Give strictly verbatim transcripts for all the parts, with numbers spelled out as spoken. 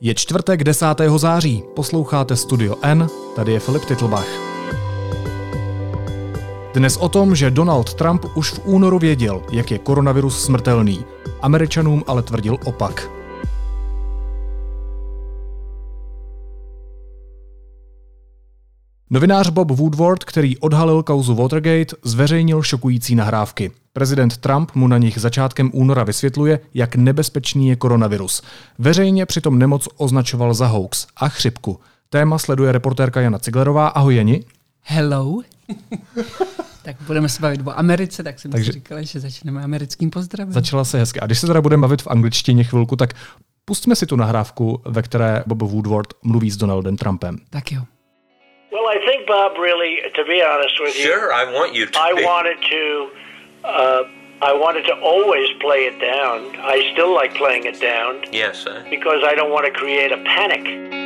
Je čtvrtek desátého září, posloucháte Studio N, tady je Filip Titlbach. Dnes o tom, že Donald Trump už v únoru věděl, jak je koronavirus smrtelný. Američanům ale tvrdil opak. Novinář Bob Woodward, který odhalil kauzu Watergate, zveřejnil šokující nahrávky. Prezident Trump mu na nich začátkem února vysvětluje, jak nebezpečný je koronavirus. Veřejně přitom nemoc označoval za hoax a chřipku. Téma sleduje reportérka Jana Ciglerová. Ahoj Jani. Hello. Tak budeme se bavit o Americe, tak jsem Takže... si říkala, že začneme americkým pozdravem. Začala se hezky. A když se teda budeme bavit v angličtině chvilku, tak pustíme si tu nahrávku, ve které Bob Woodward mluví s Donaldem Trumpem. Tak jo. Well, I think, Bob, really, to be honest with you, sure, I want you to. I be. wanted to, uh, I wanted to always play it down. I still like playing it down. Yes, sir. Because I don't want to create a panic.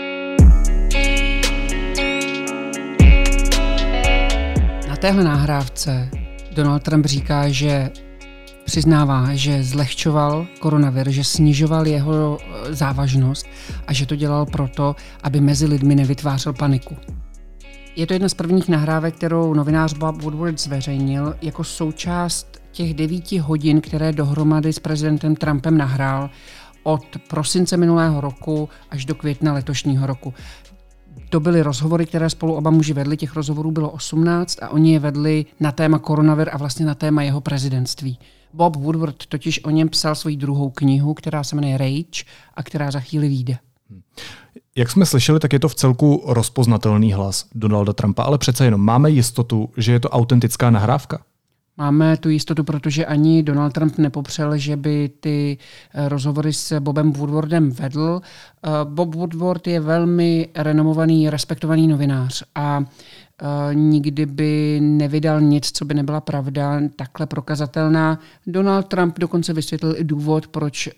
Na téhle nahrávce Donald Trump říká, že přiznává, že zlehčoval koronavir, že snižoval jeho závažnost a že to dělal proto, aby mezi lidmi nevytvářel paniku. Je to jedna z prvních nahrávek, kterou novinář Bob Woodward zveřejnil jako součást těch devíti hodin, které dohromady s prezidentem Trumpem nahrál od prosince minulého roku až do května letošního roku. To byly rozhovory, které spolu oba muži vedli, těch rozhovorů bylo osmnáct a oni je vedli na téma koronavir a vlastně na téma jeho prezidentství. Bob Woodward totiž o něm psal svoji druhou knihu, která se jmenuje Rage a která za chvíli vyjde. Jak jsme slyšeli, tak je to v celku rozpoznatelný hlas Donalda Trumpa, ale přece jenom máme jistotu, že je to autentická nahrávka? Máme tu jistotu, protože ani Donald Trump nepopřel, že by ty rozhovory s Bobem Woodwardem vedl. Bob Woodward je velmi renomovaný, respektovaný novinář a nikdy by nevydal nic, co by nebyla pravda, takhle prokazatelná. Donald Trump dokonce vysvětlil i důvod, proč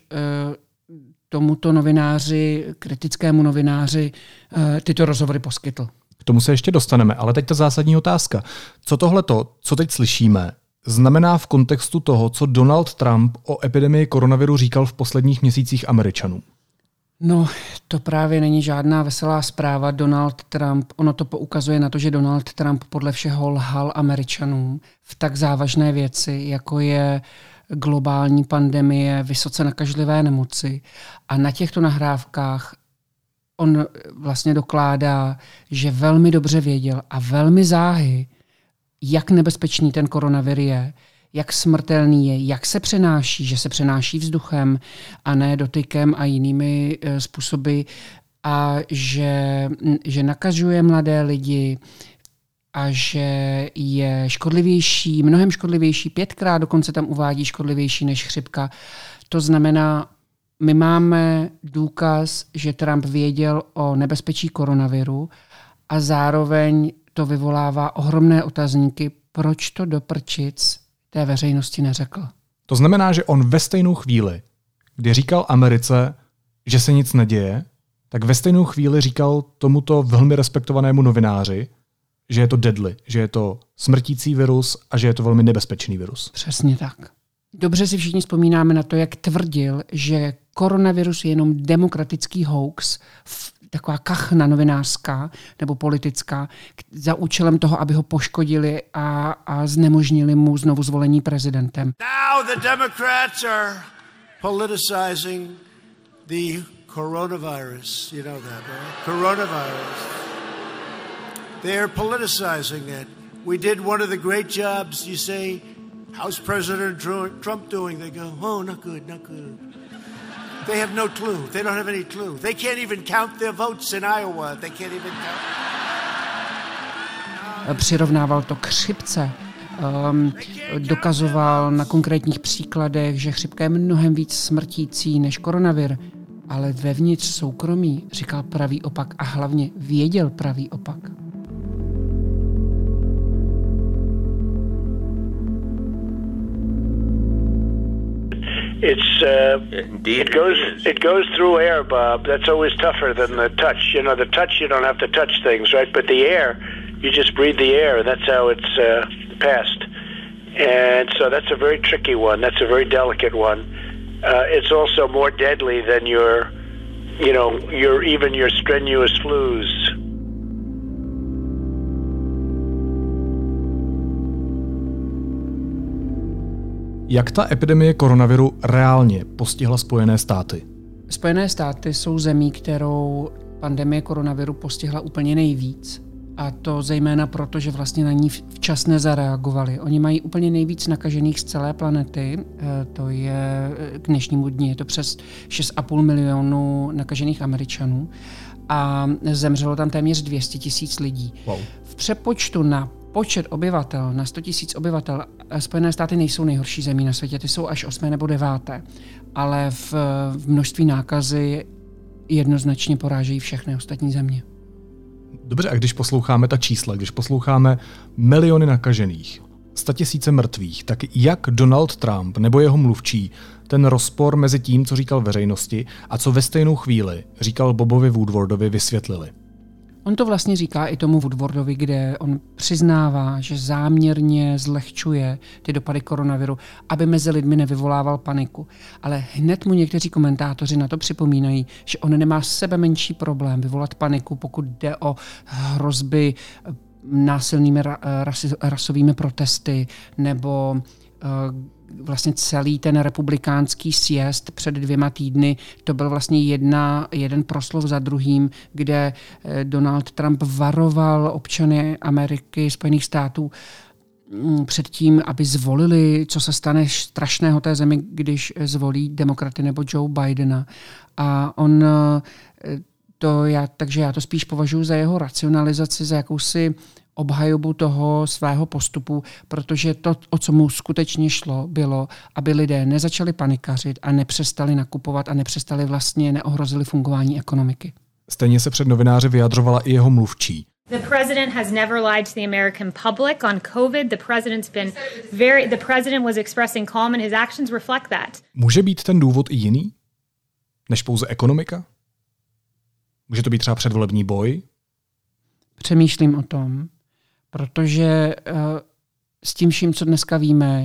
tomuto novináři, kritickému novináři, tyto rozhovory poskytl. K tomu se ještě dostaneme, ale teď ta zásadní otázka. Co tohleto, co teď slyšíme, znamená v kontextu toho, co Donald Trump o epidemii koronaviru říkal v posledních měsících Američanům? No, to právě není žádná veselá zpráva. Donald Trump, ono to poukazuje na to, že Donald Trump podle všeho lhal Američanům v tak závažné věci, jako je globální pandemie, vysoce nakažlivé nemoci. A na těchto nahrávkách on vlastně dokládá, že velmi dobře věděl a velmi záhy, jak nebezpečný ten koronavir je, jak smrtelný je, jak se přenáší, že se přenáší vzduchem a ne dotykem a jinými e, způsoby a že, že nakažuje mladé lidi a že je škodlivější, mnohem škodlivější, pětkrát dokonce tam uvádí škodlivější než chřipka. To znamená, my máme důkaz, že Trump věděl o nebezpečí koronaviru a zároveň to vyvolává ohromné otazníky, proč to do prčic té veřejnosti neřekl. To znamená, že on ve stejnou chvíli, kdy říkal Americe, že se nic neděje, tak ve stejnou chvíli říkal tomuto velmi respektovanému novináři, že je to deadly, že je to smrtící virus a že je to velmi nebezpečný virus. Přesně tak. Dobře si všichni vzpomínáme na to, jak tvrdil, že koronavirus je jenom demokratický hoax, taková kachna novinářská nebo politická, za účelem toho, aby ho poškodili a, a znemožnili mu znovu zvolení prezidentem. Now the Democrats are politicizing the coronavirus. You know that, right? Coronavirus. They are politicizing it. We did one of the great jobs. You say, how's President Trump doing? They go, oh, not good, not good. They have no clue. They don't have any clue. They can't even count their votes in Iowa. They can't even count. Přirovnával to k chřipce. Um, dokazoval na konkrétních příkladech, že chřipka je mnohem víc smrtící než koronavir, ale vevnitř soukromí říkal pravý opak a hlavně věděl pravý opak. It's uh, it goes it goes through air, Bob. That's always tougher than the touch. You know, the touch you don't have to touch things, right? But the air, you just breathe the air. That's how it's uh, passed. And so that's a very tricky one. That's a very delicate one. Uh, it's also more deadly than your you know, your even your strenuous flus. Jak ta epidemie koronaviru reálně postihla Spojené státy? Spojené státy jsou zemí, kterou pandemie koronaviru postihla úplně nejvíc. A to zejména proto, že vlastně na ní včas nezareagovali. Oni mají úplně nejvíc nakažených z celé planety. To je k dnešnímu dni je to přes šest a půl milionu nakažených Američanů. A zemřelo tam téměř dvě stě tisíc lidí. Wow. V přepočtu na počet obyvatel, na sto tisíc obyvatel, Spojené státy nejsou nejhorší zemí na světě, ty jsou až osmé nebo deváté. Ale v, v množství nákazy jednoznačně porážejí všechny ostatní země. Dobře, a když posloucháme ta čísla, když posloucháme miliony nakažených, statisíce mrtvých, tak jak Donald Trump nebo jeho mluvčí ten rozpor mezi tím, co říkal veřejnosti a co ve stejnou chvíli říkal Bobovi Woodwardovi, vysvětlili? On to vlastně říká i tomu Woodwardovi, kde on přiznává, že záměrně zlehčuje ty dopady koronaviru, aby mezi lidmi nevyvolával paniku. Ale hned mu někteří komentátoři na to připomínají, že on nemá sebe menší problém vyvolat paniku, pokud jde o hrozby násilnými rasi, rasovými protesty nebo uh, vlastně celý ten republikánský sjezd před dvěma týdny, to byl vlastně jedna, jeden proslov za druhým, kde Donald Trump varoval občany Ameriky, Spojených států před tím, aby zvolili, co se stane strašného té zemi, když zvolí demokraty nebo Joe Bidena. A on to já, takže já to spíš považuji za jeho racionalizaci, za jakousi obhajobu toho svého postupu, protože to, o co mu skutečně šlo, bylo, aby lidé nezačali panikařit a nepřestali nakupovat a nepřestali vlastně, neohrozili fungování ekonomiky. Stejně se před novináři vyjadřovala i jeho mluvčí. The president has never lied to the American public on COVID. The president's been very, the president was expressing calm and his actions reflect that. Může být ten důvod i jiný, než pouze ekonomika? Může to být třeba předvolební boj? Přemýšlím o tom, protože uh, s tím vším, co dneska víme,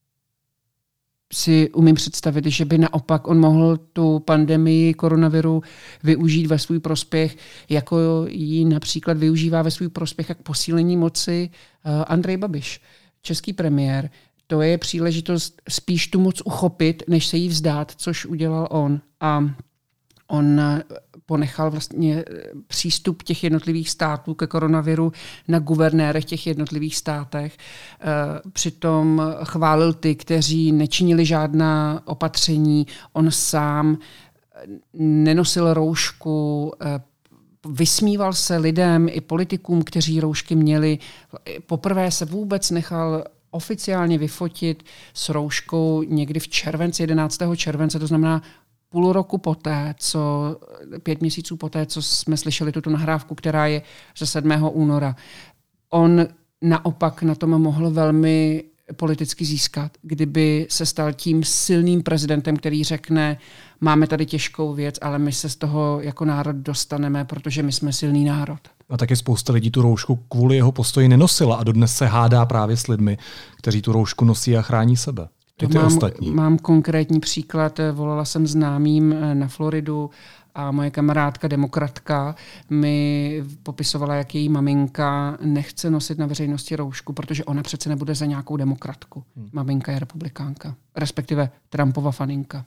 si umím představit, že by naopak on mohl tu pandemii koronaviru využít ve svůj prospěch, jako ji například využívá ve svůj prospěch jak posílení moci uh, Andrej Babiš, český premiér. To je příležitost spíš tu moc uchopit, než se jí vzdát, což udělal on. A on ponechal vlastně přístup těch jednotlivých států ke koronaviru na guvernérech těch jednotlivých státech. Přitom chválil ty, kteří nečinili žádná opatření. On sám nenosil roušku, vysmíval se lidem i politikům, kteří roušky měli. Poprvé se vůbec nechal oficiálně vyfotit s rouškou někdy v červenci, jedenáctého července, to znamená půl roku poté, co, pět měsíců poté, co jsme slyšeli tuto nahrávku, která je ze sedmého února. On naopak na tom mohl velmi politicky získat, kdyby se stal tím silným prezidentem, který řekne, máme tady těžkou věc, ale my se z toho jako národ dostaneme, protože my jsme silný národ. A taky spousta lidí tu roušku kvůli jeho postoji nenosila a dodnes se hádá právě s lidmi, kteří tu roušku nosí a chrání sebe. To mám, mám konkrétní příklad, volala jsem známým na Floridu a moje kamarádka, demokratka, mi popisovala, jak její maminka nechce nosit na veřejnosti roušku, protože ona přece nebude za nějakou demokratku. Hmm. Maminka je republikánka, respektive Trumpova faninka.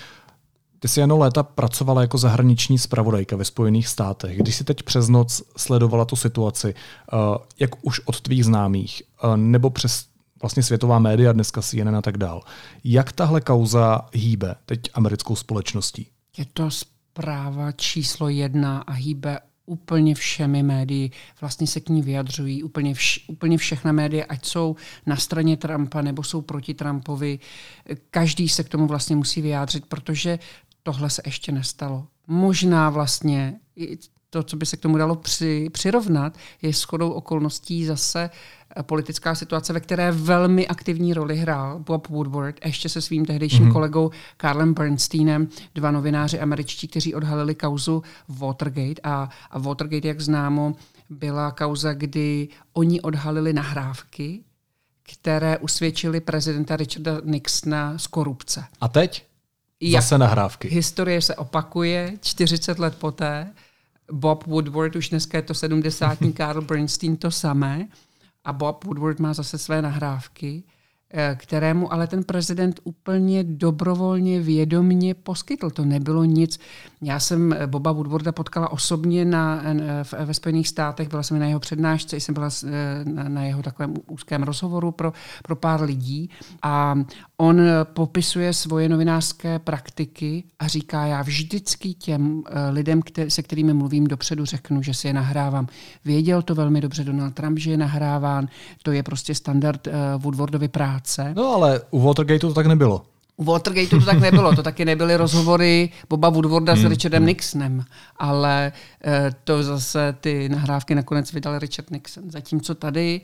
Ty jsi Jano léta pracovala jako zahraniční zpravodajka ve Spojených státech. Když jsi teď přes noc sledovala tu situaci, jak už od tvých známých, nebo přes vlastně světová média, dneska C N N a tak dál. Jak tahle kauza hýbe teď americkou společností? Je to zpráva číslo jedna a hýbe úplně všemi médii. Vlastně se k ní vyjadřují úplně, vš- úplně všechna média, ať jsou na straně Trumpa nebo jsou proti Trumpovi. Každý se k tomu vlastně musí vyjádřit, protože tohle se ještě nestalo. Možná vlastně to, co by se k tomu dalo při, přirovnat, je shodou okolností zase politická situace, ve které velmi aktivní roli hrál Bob Woodward ještě se svým tehdejším mm-hmm. kolegou Carlem Bernsteinem, dva novináři američtí, kteří odhalili kauzu Watergate. A, a Watergate, jak známo, byla kauza, kdy oni odhalili nahrávky, které usvědčily prezidenta Richarda Nixona z korupce. A teď? Zase nahrávky. Historie se opakuje čtyřicet let poté. Bob Woodward, už dneska je to sedmdesátník, Carl Bernstein to samé. A Bob Woodward má zase své nahrávky, kterému ale ten prezident úplně dobrovolně, vědomně poskytl. To nebylo nic. Já jsem Boba Woodwarda potkala osobně na, v, ve Spojených státech, byla jsem na jeho přednášce, jsem byla na, na jeho takovém úzkém rozhovoru pro, pro pár lidí a on popisuje svoje novinářské praktiky a říká, já vždycky těm lidem, který, se kterými mluvím dopředu, řeknu, že si je nahrávám. Věděl to velmi dobře Donald Trump, že je nahráván, to je prostě standard uh, Woodwardovy práce. No ale u Watergateu to tak nebylo. U Watergateu to tak nebylo, to taky nebyly rozhovory Boba Woodwarda hmm. s Richardem Nixonem, ale uh, to zase ty nahrávky nakonec vydal Richard Nixon. Zatímco tady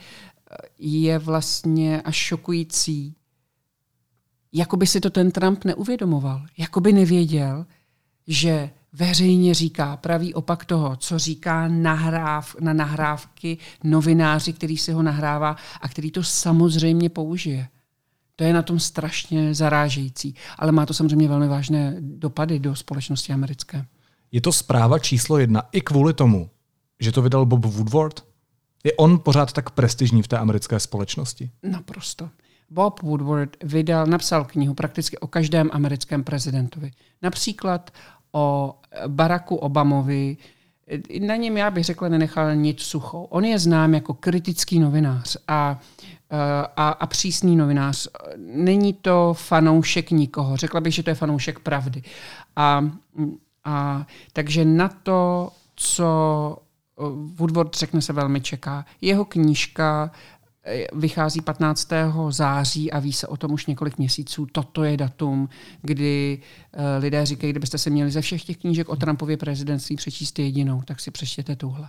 je vlastně až šokující, jakoby si to ten Trump neuvědomoval, jakoby nevěděl, že veřejně říká pravý opak toho, co říká nahráv, na nahrávky novináři, který si ho nahrává a který to samozřejmě použije. To je na tom strašně zarážející, ale má to samozřejmě velmi vážné dopady do společnosti americké. Je to zpráva číslo jedna i kvůli tomu, že to vydal Bob Woodward? Je on pořád tak prestižní v té americké společnosti? Naprosto. Bob Woodward vydal, napsal knihu prakticky o každém americkém prezidentovi. Například o Baracku Obamovi. Na něm, já bych řekla, nenechal nic suchou. On je znám jako kritický novinář a, a, a přísný novinář. Není to fanoušek nikoho. Řekla bych, že to je fanoušek pravdy. A, a, takže na to, co Woodward řekne, se velmi čeká. Jeho knížka vychází patnáctého září a ví se o tom už několik měsíců. Toto je datum, kdy uh, lidé říkají, kdybyste se měli ze všech těch knížek o Trumpově prezidentství přečíst jedinou, tak si přečtěte tuhle.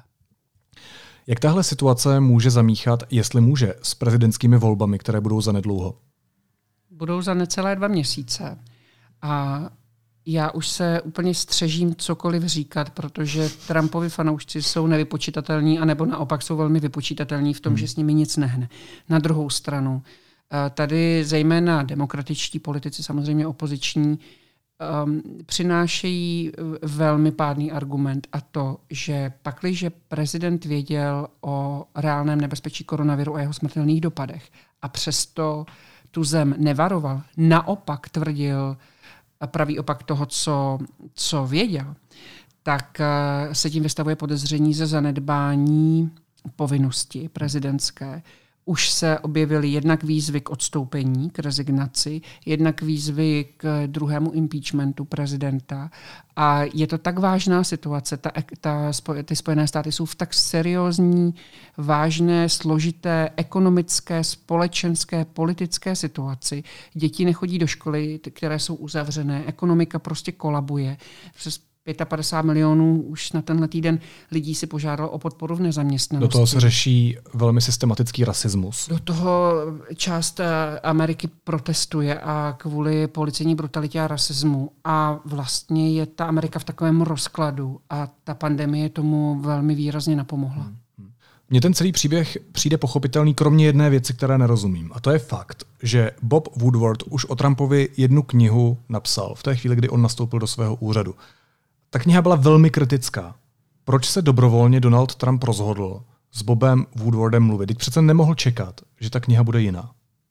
Jak tahle situace může zamíchat, jestli může, s prezidentskými volbami, které budou zanedlouho? Budou za necelé dva měsíce. A já už se úplně střežím cokoliv říkat, protože Trumpovi fanoušci jsou nevypočitatelní, anebo naopak jsou velmi vypočitatelní v tom, hmm. že s nimi nic nehne. Na druhou stranu, tady zejména demokratičtí politici, samozřejmě opoziční, um, přinášejí velmi pádný argument a to, že pakliže prezident věděl o reálném nebezpečí koronaviru a jeho smrtelných dopadech a přesto tu zem nevaroval, naopak tvrdil pravý opak toho, co, co věděl, tak se tím vystavuje podezření ze zanedbání povinnosti prezidentské. Už se objevily jednak výzvy k odstoupení, k rezignaci, jednak výzvy k druhému impeachmentu prezidenta. A je to tak vážná situace, ta, ta, ty Spojené státy jsou v tak seriózní, vážné, složité ekonomické, společenské, politické situaci. Děti nechodí do školy, které jsou uzavřené, ekonomika prostě kolabuje. Přes padesát pět milionů už na tenhle týden lidí si požádalo o podporu v nezaměstnanosti. Do toho se řeší velmi systematický rasismus. Do toho část Ameriky protestuje a kvůli policejní brutalitě a rasismu. A vlastně je ta Amerika v takovém rozkladu a ta pandemie tomu velmi výrazně napomohla. Mně ten celý příběh přijde pochopitelný kromě jedné věci, které nerozumím. A to je fakt, že Bob Woodward už o Trumpovi jednu knihu napsal v té chvíli, kdy on nastoupil do svého úřadu. Ta kniha byla velmi kritická. Proč se dobrovolně Donald Trump rozhodl s Bobem Woodwardem mluvit? Teď přece nemohl čekat, že ta kniha bude jiná.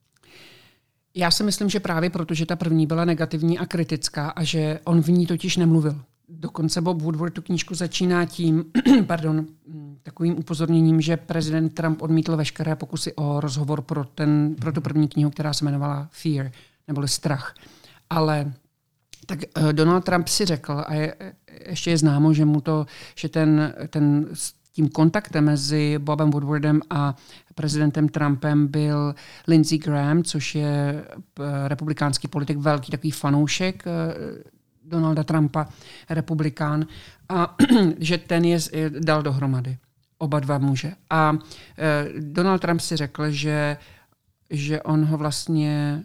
Já si myslím, že právě proto, že ta první byla negativní a kritická a že on v ní totiž nemluvil. Dokonce Bob Woodward tu knížku začíná tím, pardon, takovým upozorněním, že prezident Trump odmítl veškeré pokusy o rozhovor pro, ten, pro tu první knihu, která se jmenovala Fear, neboli Strach. Ale tak Donald Trump si řekl, a je, ještě je známo, že mu to, že ten, ten s tím kontaktem mezi Bobem Woodwardem a prezidentem Trumpem byl Lindsey Graham, což je republikánský politik, velký takový fanoušek Donalda Trumpa, republikán, a že ten je dal dohromady. Oba dva muže. A Donald Trump si řekl, že, že on ho vlastně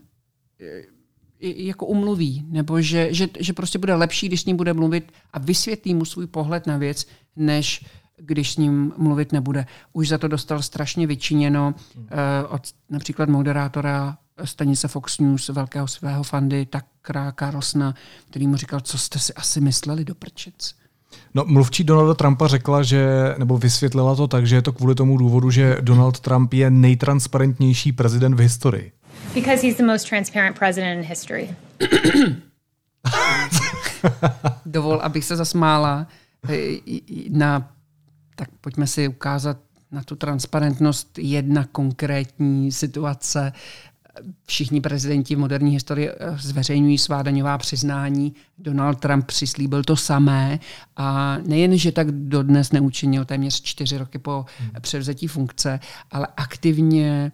jako umluví, nebo že, že, že prostě bude lepší, když s ním bude mluvit a vysvětlí mu svůj pohled na věc, než když s ním mluvit nebude. Už za to dostal strašně vyčiněno uh, od například moderátora stanice Fox News velkého svého fandy Tuckera Carlsona, který mu říkal, co jste si asi mysleli do prčic. No, mluvčí Donalda Trumpa řekla, že, nebo vysvětlila to tak, že je to kvůli tomu důvodu, že Donald Trump je nejtransparentnější prezident v historii. Because he's the most transparent president in history. Dovol, abych se zasmála. Na, tak pojďme si ukázat na tu transparentnost jedna konkrétní situace. Všichni prezidenti v moderní historii zveřejňují svá daňová přiznání. Donald Trump přislíbil to samé a nejen, že tak dodnes neučinil téměř čtyři roky po převzetí funkce, ale aktivně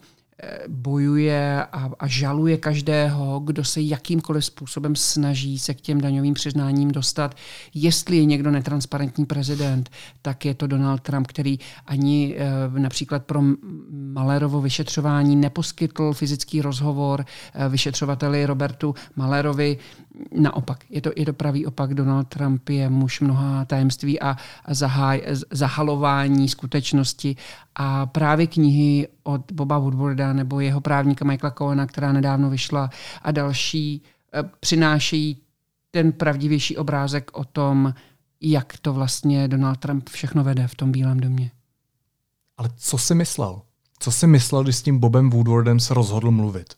bojuje a, a žaluje každého, kdo se jakýmkoliv způsobem snaží se k těm daňovým přiznáním dostat. Jestli je někdo netransparentní prezident, tak je to Donald Trump, který ani e, například pro Muellerovo vyšetřování neposkytl fyzický rozhovor e, vyšetřovateli Robertu Muellerovi. Naopak, je to, je to pravý opak. Donald Trump je muž mnoha tajemství a, a zaháj, zahalování skutečnosti. A právě knihy od Boba Woodwarda nebo jeho právníka Michaela Cohena, která nedávno vyšla, a další přinášejí ten pravdivější obrázek o tom, jak to vlastně Donald Trump všechno vede v tom Bílém domě. Ale co jsi myslel? Co jsi myslel, když s tím Bobem Woodwardem se rozhodl mluvit?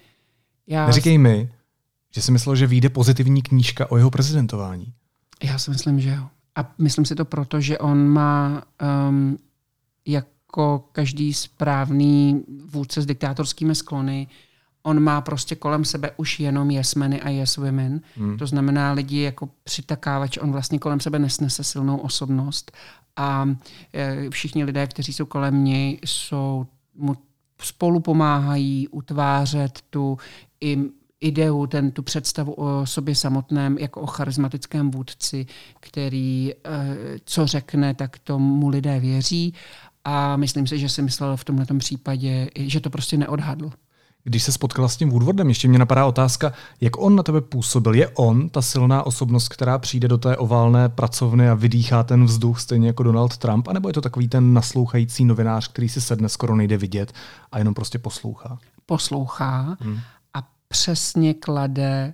Já Neříkej mi, že jsi myslel, že vyjde pozitivní knížka o jeho prezidentování. Já si myslím, že jo. A myslím si to proto, že on má um, jak jako každý správný vůdce s diktátorskými sklony, on má prostě kolem sebe už jenom yes-meny a yes-women. Hmm. To znamená lidi jako přitakávač, on vlastně kolem sebe nesnese silnou osobnost. A e, všichni lidé, kteří jsou kolem něj, jsou, mu spolu pomáhají utvářet tu i ideu, ten, tu představu o sobě samotném jako o charismatickém vůdci, který e, co řekne, tak tomu lidé věří. A myslím si, že si myslel v tomto případě, že to prostě neodhadl. Když se spotkala s tím Woodwardem, ještě mě napadá otázka, jak on na tebe působil. Je on ta silná osobnost, která přijde do té oválné pracovny a vydýchá ten vzduch stejně jako Donald Trump, anebo je to takový ten naslouchající novinář, který si sedne, skoro nejde vidět a jenom prostě poslouchá? Poslouchá hmm. a přesně klade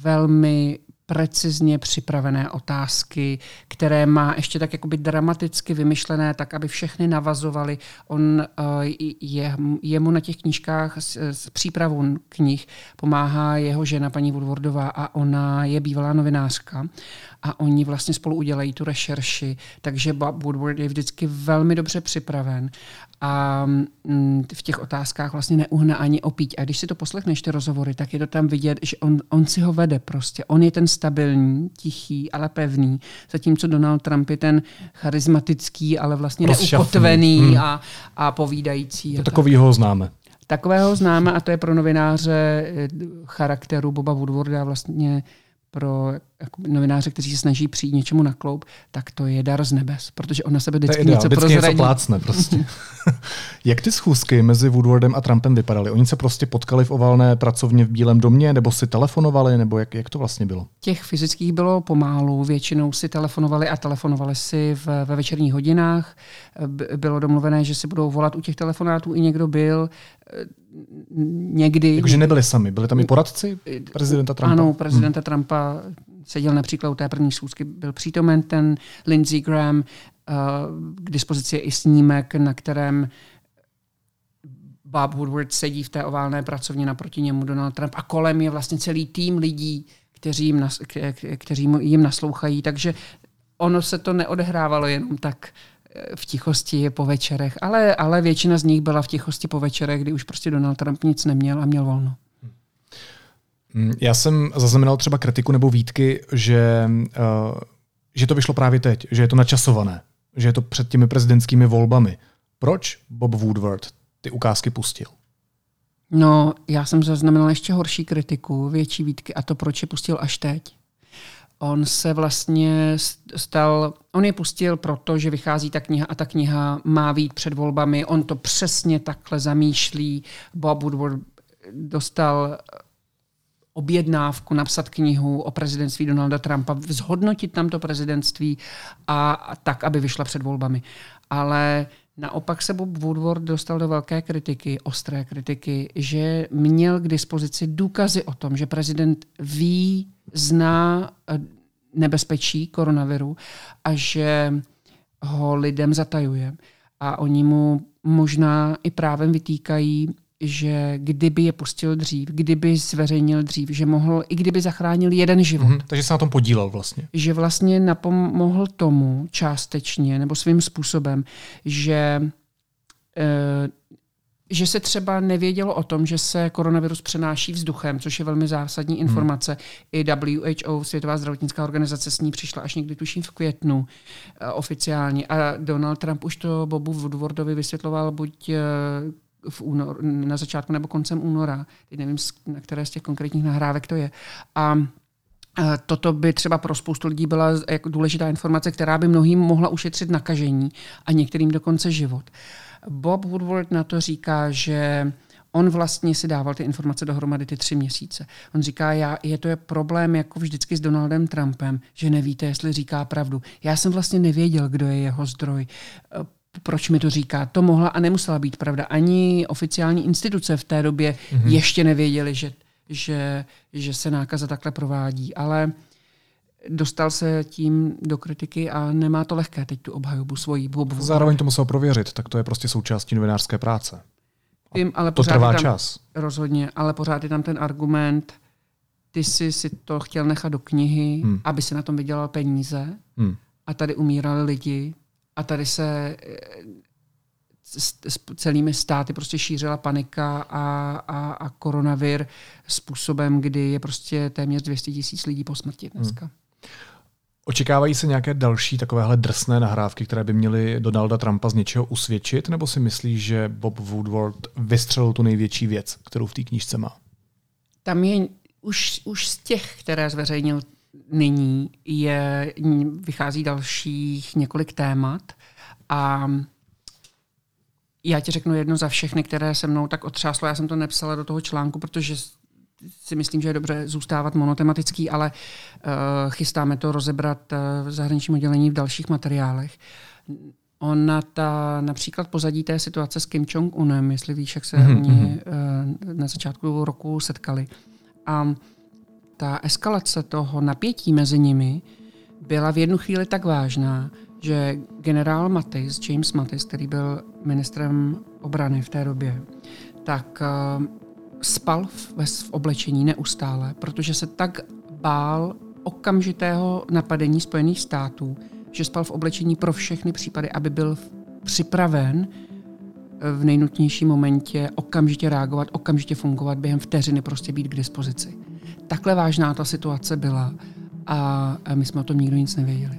velmi precizně připravené otázky, které má ještě tak jakoby dramaticky vymyšlené, tak aby všechny navazovaly. On je, jemu na těch knížkách s, s přípravou knih pomáhá jeho žena, paní Woodwardová, a ona je bývalá novinářka a oni vlastně spolu udělají tu rešerši, takže Bob Woodward je vždycky velmi dobře připraven a v těch otázkách vlastně neuhne ani opíť. A když si to poslechneš, ty rozhovory, tak je to tam vidět, že on, on si ho vede prostě. On je ten stabilní, tichý, ale pevný, zatímco Donald Trump je ten charismatický, ale vlastně neukotvený hmm. a, a povídající. To takovýho ho známe. Takového známe a to je pro novináře charakteru Boba Woodwarda vlastně pro jako novináře, kteří se snaží přijít něčemu na kloub, tak to je dar z nebes, protože on na sebe vždycky něco prozradí. Vždycky něco plácne prostě. Jak ty schůzky mezi Woodwardem a Trumpem vypadaly? Oni se prostě potkali v oválné pracovně v Bílém domě, nebo si telefonovali, nebo jak, jak to vlastně bylo? Těch fyzických bylo pomálu, většinou si telefonovali a telefonovali si v, ve večerních hodinách. Bylo domluvené, že si budou volat u těch telefonátů, i někdo byl. Někdy... Jakože nebyli sami, byli tam i poradci prezidenta Trumpa? Ano, prezidenta hmm. Trumpa seděl například u té první schůzky, byl přítomen ten Lindsey Graham, uh, k dispozici je i snímek, na kterém Bob Woodward sedí v té oválné pracovně, naproti němu Donald Trump a kolem je vlastně celý tým lidí, kteří jim, nas, kteří jim naslouchají, takže ono se to neodehrávalo jenom tak v tichosti po večerech, ale, ale většina z nich byla v tichosti po večerech, kdy už prostě Donald Trump nic neměl a měl volno. Já jsem zaznamenal třeba kritiku nebo výtky, že, uh, že to vyšlo právě teď, že je to načasované, že je to před těmi prezidentskými volbami. Proč Bob Woodward ty ukázky pustil? No, já jsem zaznamenal ještě horší kritiku, větší výtky, a to proč je pustil až teď. On se vlastně stal, on je pustil proto, že vychází ta kniha a ta kniha má vyjít před volbami. On to přesně takhle zamýšlí. Bob Woodward dostal objednávku napsat knihu o prezidentství Donalda Trumpa, zhodnotit tam to prezidentství a, a tak, aby vyšla před volbami. Ale Naopak se Bob Woodward dostal do velké kritiky, ostré kritiky, že měl k dispozici důkazy o tom, že prezident ví, zná nebezpečí koronaviru a že ho lidem zatajuje. A oni mu možná i právem vytýkají, že kdyby je pustil dřív, kdyby zveřejnil dřív, že mohl, i kdyby zachránil jeden život. Mm-hmm, takže se na tom podílel vlastně. Že vlastně napomohl tomu částečně nebo svým způsobem, že, e, že se třeba nevědělo o tom, že se koronavirus přenáší vzduchem, což je velmi zásadní informace. Mm. I W H O, Světová zdravotnická organizace, s ní přišla až někdy tuším v květnu e, oficiálně. A Donald Trump už to Bobu Woodwardovi vysvětloval buď e, v únor, na začátku nebo koncem února. Teď nevím, na které z těch konkrétních nahrávek to je. A toto by třeba pro spoustu lidí byla jako důležitá informace, která by mnohým mohla ušetřit nakažení a některým dokonce život. Bob Woodward na to říká, že on vlastně si dával ty informace dohromady ty tři měsíce. On říká, já, je to je problém jako vždycky s Donaldem Trumpem, že nevíte, jestli říká pravdu. Já jsem vlastně nevěděl, kdo je jeho zdroj. Proč mi to říká? To mohla a nemusela být pravda. Ani oficiální instituce v té době mm-hmm. ještě nevěděly, že, že, že se nákaza takhle provádí. Ale dostal se tím do kritiky a nemá to lehké teď tu obhajobu svojí. Bob Zároveň to musel prověřit, tak to je prostě součástí novinářské práce. Vím, ale to trvá tam, čas. Rozhodně, ale pořád je tam ten argument, ty jsi si to chtěl nechat do knihy, hmm. aby si na tom vydělal peníze hmm. a tady umírali lidi. A tady se s celými státy prostě šířila panika a, a, a koronavir způsobem, kdy je prostě téměř dvě stě tisíc lidí po smrti dneska. Hmm. Očekávají se nějaké další takovéhle drsné nahrávky, které by měly Donalda Trumpa z něčeho usvědčit, nebo si myslíš, že Bob Woodward vystřelil tu největší věc, kterou v té knížce má? Tam je už, už z těch, které zveřejnil nyní, je, vychází dalších několik témat a já ti řeknu jedno za všechny, které se mnou tak otřáslo. Já jsem to nepsala do toho článku, protože si myslím, že je dobře zůstávat monotematický, ale uh, chystáme to rozebrat uh, v zahraničním oddělení v dalších materiálech. Ona ta, například pozadí té situace s Kim Jong-unem, jestli víš, jak se mm-hmm. oni uh, na začátku roku setkali. A ta eskalace toho napětí mezi nimi byla v jednu chvíli tak vážná, že generál Mattis, James Mattis, který byl ministrem obrany v té době, tak uh, spal v, v oblečení neustále, protože se tak bál okamžitého napadení Spojených států, že spal v oblečení pro všechny případy, aby byl připraven v nejnutnějším momentě okamžitě reagovat, okamžitě fungovat, během vteřiny prostě být k dispozici. Takhle vážná ta situace byla a my jsme o tom nikdo nic nevěděli.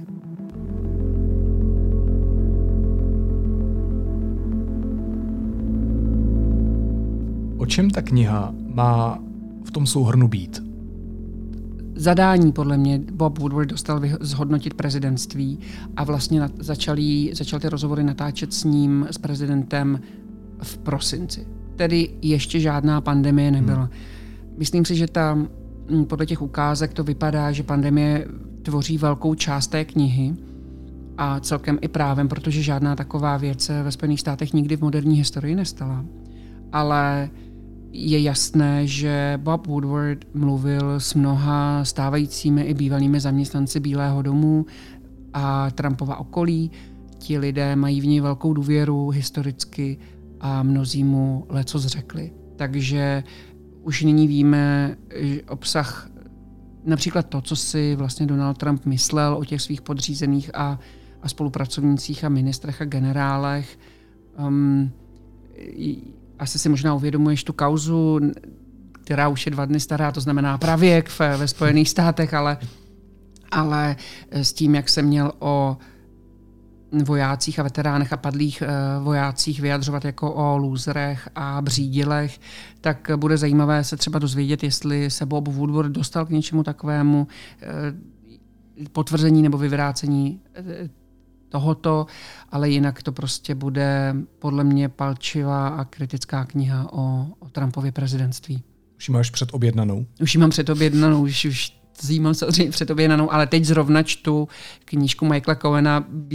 O čem ta kniha má v tom souhrnu být? Zadání podle mě Bob Woodward dostal zhodnotit prezidentství a vlastně začali, začal ty rozhovory natáčet s ním, s prezidentem v prosinci. Tedy ještě žádná pandemie nebyla. Hmm. Myslím si, že tam podle těch ukázek to vypadá, že pandemie tvoří velkou část té knihy a celkem i právem, protože žádná taková věc se ve Spojených státech nikdy v moderní historii nestala. Ale je jasné, že Bob Woodward mluvil s mnoha stávajícími i bývalými zaměstnanci Bílého domu a Trumpova okolí. Ti lidé mají v něj velkou důvěru historicky a mnozí mu lecos řekli. Takže už nyní víme obsah, například to, co si vlastně Donald Trump myslel o těch svých podřízených a, a spolupracovnících a ministrech a generálech. Um, asi si možná uvědomuješ tu kauzu, která už je dva dny stará, to znamená pravěk ve Spojených státech, ale, ale s tím, jak se měl o vojácích a veteránech a padlých vojácích vyjadřovat jako o lůzrech a břídilech, tak bude zajímavé se třeba dozvědět, jestli se Bob Woodward dostal k něčemu takovému potvrzení nebo vyvrácení tohoto, ale jinak to prostě bude podle mě palčivá a kritická kniha o, o Trumpově prezidentství. Už ji máš předobjednanou? Už ji mám předobjednanou, už, už jí mám samozřejmě předobjednanou, ale teď zrovna čtu knížku Michaela Cohena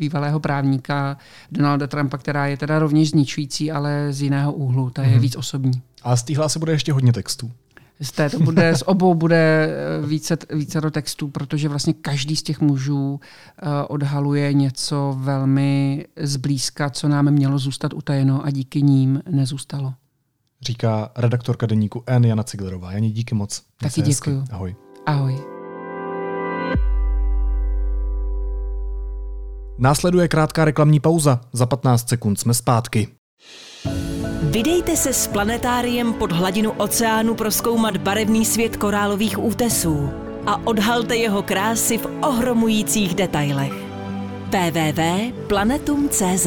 bývalého právníka Donalda Trumpa, která je teda rovněž zničující, ale z jiného úhlu, ta je mm-hmm. víc osobní. A z téhle asi bude ještě hodně textů. Z této bude, z obou bude více, více do textů, protože vlastně každý z těch mužů uh, odhaluje něco velmi zblízka, co nám mělo zůstat utajeno a díky ním nezůstalo. Říká redaktorka deníku N Jana Ciglerová. Jani, díky moc. Taky děkuju. Ahoj. Ahoj. Následuje krátká reklamní pauza. Za patnáct sekund jsme zpátky. Vydejte se s planetáriem pod hladinu oceánu prozkoumat barevný svět korálových útesů a odhalte jeho krásy v ohromujících detailech. w w w tečka planetum tečka c z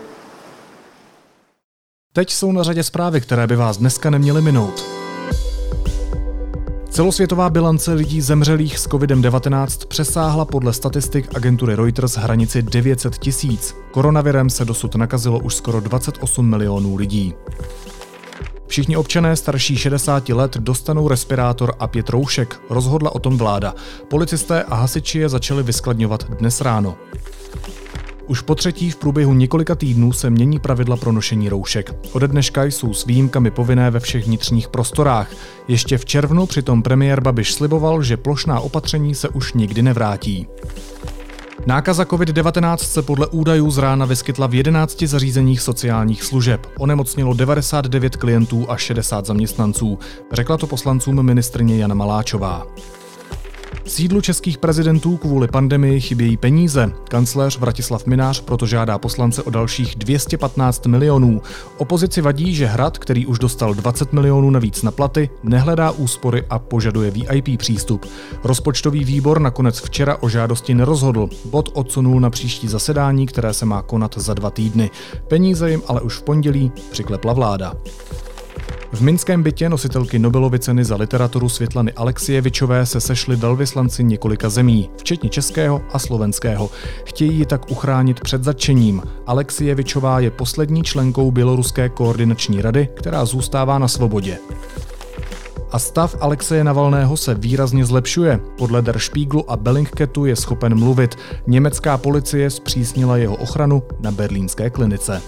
Teď jsou na řadě zprávy, které by vás dneska neměly minout. Celosvětová bilance lidí zemřelých s covid devatenáct přesáhla podle statistik agentury Reuters hranici devět set tisíc. Koronavirem se dosud nakazilo už skoro dvacet osm milionů lidí. Všichni občané starší šedesáti let dostanou respirátor a pět roušek, rozhodla o tom vláda. Policisté a hasiči je začali vyskladňovat dnes ráno. Už po třetí v průběhu několika týdnů se mění pravidla pro nošení roušek. Ode dneška jsou s výjimkami povinné ve všech vnitřních prostorách. Ještě v červnu přitom premiér Babiš sliboval, že plošná opatření se už nikdy nevrátí. Nákaza covid devatenáct se podle údajů z rána vyskytla v jedenácti zařízeních sociálních služeb. Onemocnilo devadesát devět klientů a šedesát zaměstnanců. Řekla to poslancům ministryně Jana Maláčová. Sídlu českých prezidentů kvůli pandemii chybějí peníze. Kancléř Vratislav Mynář proto žádá poslance o dalších dvě stě patnáct milionů. Opozici vadí, že Hrad, který už dostal dvacet milionů navíc na platy, nehledá úspory a požaduje V I P přístup. Rozpočtový výbor nakonec včera o žádosti nerozhodl. Bod odsunul na příští zasedání, které se má konat za dva týdny. Peníze jim ale už v pondělí přiklepla vláda. V minském bytě nositelky Nobelovy ceny za literaturu Světlany Alexievičové se sešli velvyslanci několika zemí, včetně českého a slovenského. Chtějí ji tak uchránit před zatčením. Alexievičová je poslední členkou Běloruské koordinační rady, která zůstává na svobodě. A stav Alexeje Navalného se výrazně zlepšuje. Podle Der Spiegelu a Bellingcatu je schopen mluvit. Německá policie zpřísnila jeho ochranu na berlínské klinice.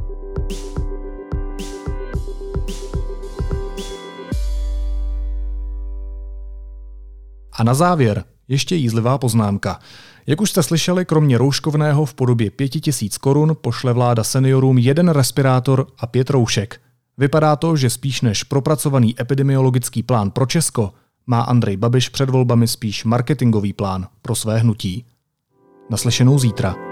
A na závěr ještě jízlivá poznámka. Jak už jste slyšeli, kromě rouškovného v podobě pět tisíc korun pošle vláda seniorům jeden respirátor a pět roušek. Vypadá to, že spíš než propracovaný epidemiologický plán pro Česko má Andrej Babiš před volbami spíš marketingový plán pro své hnutí. Naslyšenou zítra.